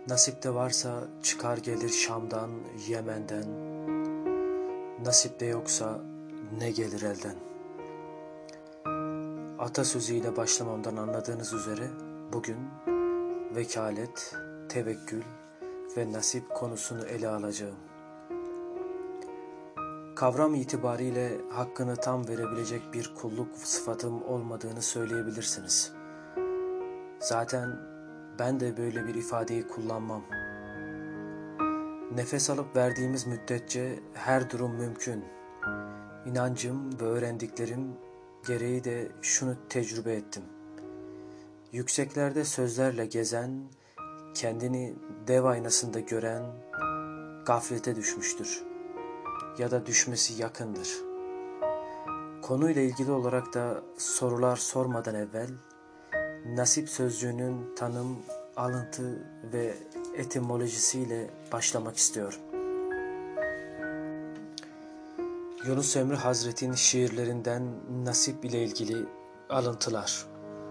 Nasipte varsa çıkar gelir Şam'dan, Yemen'den. Nasipte yoksa ne gelir elden? Atasözüyle başlamamdan anladığınız üzere bugün vekalet, tevekkül ve nasip konusunu ele alacağım. Kavram itibariyle hakkını tam verebilecek bir kulluk sıfatım olmadığını söyleyebilirsiniz. Zaten ben de böyle bir ifadeyi kullanmam. Nefes alıp verdiğimiz müddetçe her durum mümkün. İnancım ve öğrendiklerim gereği de şunu tecrübe ettim. Yükseklerde sözlerle gezen, kendini dev aynasında gören gaflete düşmüştür. Ya da düşmesi yakındır. Konuyla ilgili olarak da sorular sormadan evvel, nasip sözcüğünün tanım, alıntı ve etimolojisiyle başlamak istiyorum. Yunus Emre Hazretleri'nin şiirlerinden nasip ile ilgili alıntılar.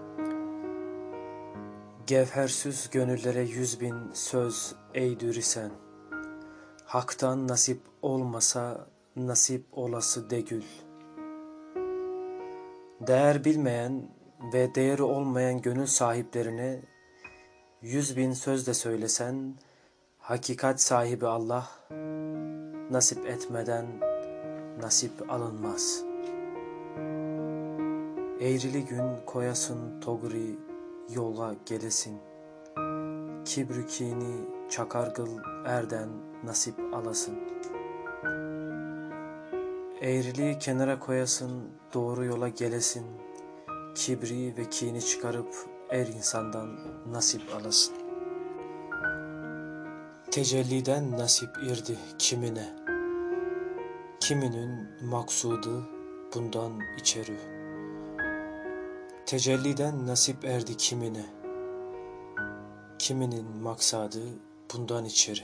Gevhersüz gönüllere 100.000 söz eydürü sen. Hak'tan nasip olmasa nasip olası degül. Değer bilmeyen ve değeri olmayan gönül sahiplerine 100.000 söz de söylesen, hakikat sahibi Allah nasip etmeden nasip alınmaz. Eğrili gün koyasın togri yola gelesin. Kibri kini çakargıl erden nasip alasın. Eğriliği kenara koyasın doğru yola gelesin. Kibri ve kini çıkarıp er insandan nasip alasın. Tecelliden nasip irdi kimine. Kiminin maksudu bundan içeri. Tecelliden nasip erdi kimine. Kiminin maksadı bundan içeri.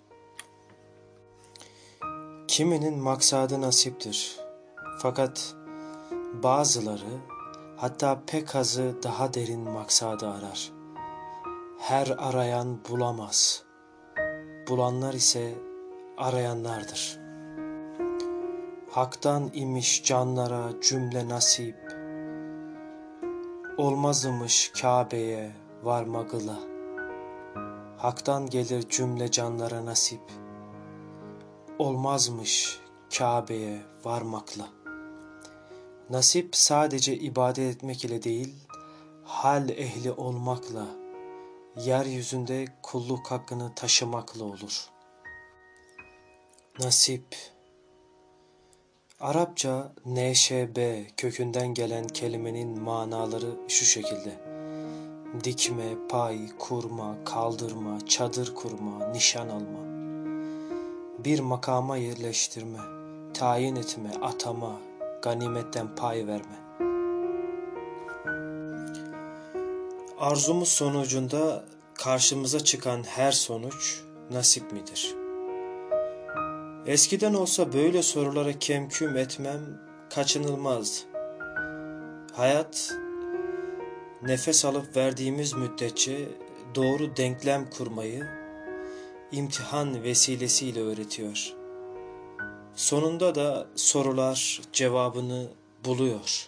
Kiminin maksadı nasiptir. Fakat bazıları, hatta pek azı daha derin maksadı arar. Her arayan bulamaz. Bulanlar ise arayanlardır. Hak'tan imiş canlara cümle nasip. Olmazmış Kabe'ye varmakla. Hak'tan gelir cümle canlara nasip. Olmazmış Kabe'ye varmakla. Nasip sadece ibadet etmek ile değil, hal ehli olmakla, yeryüzünde kulluk hakkını taşımakla olur. Nasip. Arapça neşebe kökünden gelen kelimenin manaları şu şekilde: dikme, pay, kurma, kaldırma, çadır kurma, nişan alma, bir makama yerleştirme, tayin etme, atama, ganimetten pay verme. Arzumuz sonucunda karşımıza çıkan her sonuç nasip midir? Eskiden olsa böyle sorulara kemküm etmem kaçınılmazdı. Hayat, nefes alıp verdiğimiz müddetçe doğru denklem kurmayı imtihan vesilesiyle öğretiyor. Sonunda da sorular cevabını buluyor.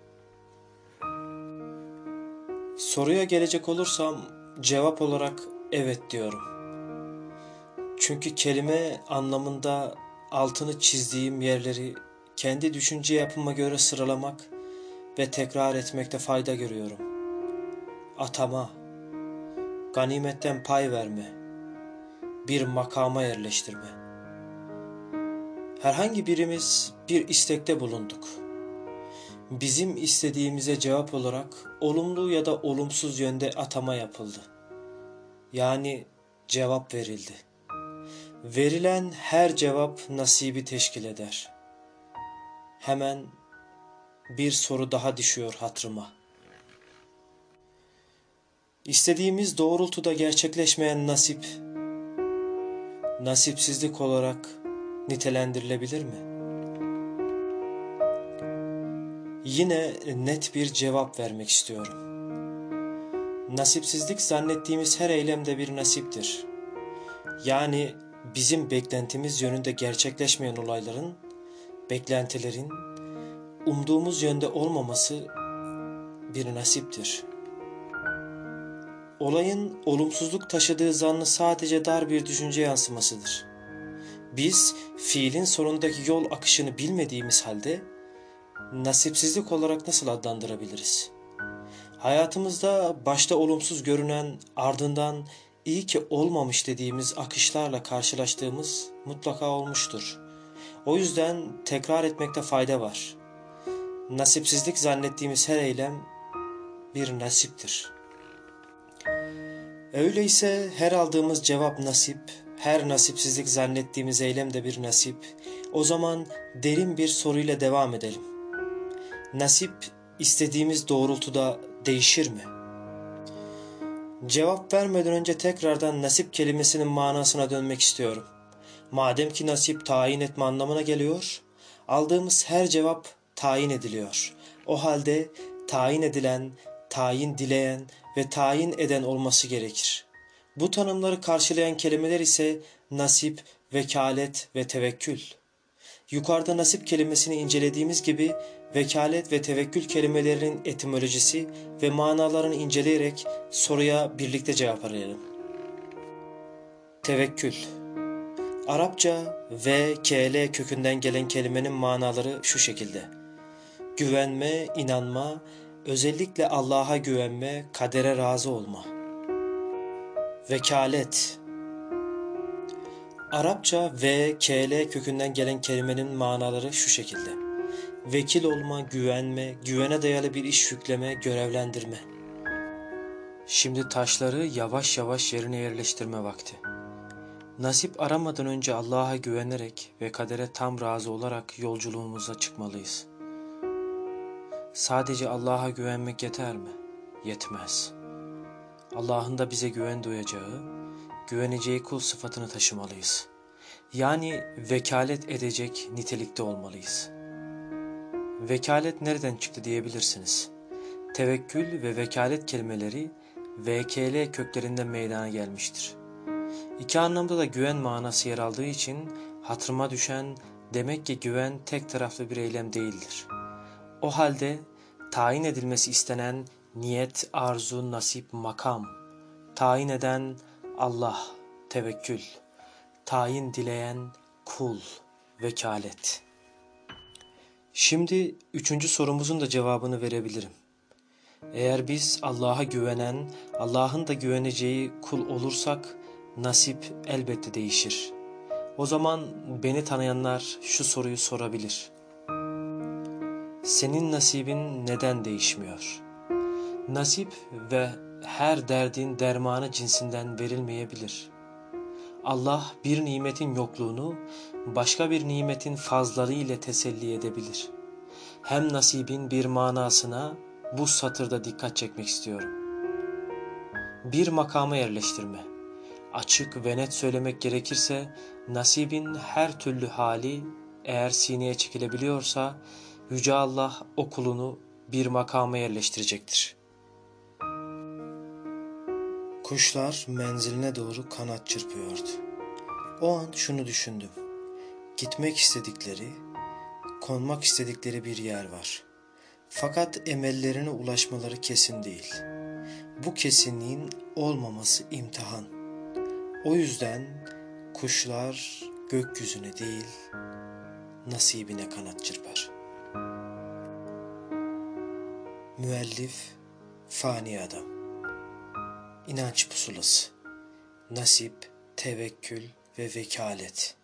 Soruya gelecek olursam cevap olarak evet diyorum. Çünkü kelime anlamında altını çizdiğim yerleri kendi düşünce yapıma göre sıralamak ve tekrar etmekte fayda görüyorum. Atama, ganimetten pay verme, bir makama yerleştirme. Herhangi birimiz bir istekte bulunduk. Bizim istediğimize cevap olarak olumlu ya da olumsuz yönde atama yapıldı. Yani cevap verildi. Verilen her cevap nasibi teşkil eder. Hemen bir soru daha düşüyor hatırıma. İstediğimiz doğrultuda gerçekleşmeyen nasip, nasipsizlik olarak nitelendirilebilir mi? Yine net bir cevap vermek istiyorum. Nasipsizlik zannettiğimiz her eylemde bir nasiptir. Yani bizim beklentimiz yönünde gerçekleşmeyen olayların, beklentilerin umduğumuz yönde olmaması bir nasiptir. Olayın olumsuzluk taşıdığı zannı sadece dar bir düşünce yansımasıdır. Biz fiilin sonundaki yol akışını bilmediğimiz halde nasipsizlik olarak nasıl adlandırabiliriz? Hayatımızda başta olumsuz görünen, ardından iyi ki olmamış dediğimiz akışlarla karşılaştığımız mutlaka olmuştur. O yüzden tekrar etmekte fayda var. Nasipsizlik zannettiğimiz her eylem bir nasiptir. Öyleyse her aldığımız cevap nasip, her nasipsizlik zannettiğimiz eylem de bir nasip. O zaman derin bir soruyla devam edelim. Nasip istediğimiz doğrultuda değişir mi? Cevap vermeden önce tekrardan nasip kelimesinin manasına dönmek istiyorum. Madem ki nasip tayin etme anlamına geliyor, aldığımız her cevap tayin ediliyor. O halde tayin edilen, tayin dileyen ve tayin eden olması gerekir. Bu tanımları karşılayan kelimeler ise nasip, vekalet ve tevekkül. Yukarıda nasip kelimesini incelediğimiz gibi vekalet ve tevekkül kelimelerinin etimolojisi ve manalarını inceleyerek soruya birlikte cevap arayalım. Tevekkül. Arapça V-K-L kökünden gelen kelimenin manaları şu şekilde. Güvenme, inanma, özellikle Allah'a güvenme, kadere razı olma. Vekalet. Arapça V-K-L kökünden gelen kelimenin manaları şu şekilde. Vekil olma, güvenme, güvene dayalı bir iş yükleme, görevlendirme. Şimdi taşları yavaş yavaş yerine yerleştirme vakti. Nasip aramadan önce Allah'a güvenerek ve kadere tam razı olarak yolculuğumuza çıkmalıyız. Sadece Allah'a güvenmek yeter mi? Yetmez. Allah'ın da bize güven duyacağı, güveneceği kul sıfatını taşımalıyız. Yani vekalet edecek nitelikte olmalıyız. Vekalet nereden çıktı diyebilirsiniz. Tevekkül ve vekalet kelimeleri VKL köklerinden meydana gelmiştir. İki anlamda da güven manası yer aldığı için hatırıma düşen demek ki güven tek taraflı bir eylem değildir. O halde tayin edilmesi istenen niyet, arzu, nasip, makam, tayin eden Allah, tevekkül, tayin dileyen kul, vekalet. Şimdi üçüncü sorumuzun da cevabını verebilirim. Eğer biz Allah'a güvenen, Allah'ın da güveneceği kul olursak nasip elbette değişir. O zaman beni tanıyanlar şu soruyu sorabilir. Senin nasibin neden değişmiyor? Nasip ve her derdin dermanı cinsinden verilmeyebilir. Allah bir nimetin yokluğunu başka bir nimetin fazları ile teselli edebilir. Hem nasibin bir manasına bu satırda dikkat çekmek istiyorum. Bir makama yerleştirme. Açık ve net söylemek gerekirse nasibin her türlü hali eğer sineye çekilebiliyorsa Yüce Allah o kulunu bir makama yerleştirecektir. Kuşlar menziline doğru kanat çırpıyordu. O an şunu düşündüm. Gitmek istedikleri, konmak istedikleri bir yer var. Fakat emellerine ulaşmaları kesin değil. Bu kesinliğin olmaması imtihan. O yüzden kuşlar gökyüzüne değil, nasibine kanat çırpar. Müellif Fani Adam. İnanç pusulası. Nasip, tevekkül ve vekalet.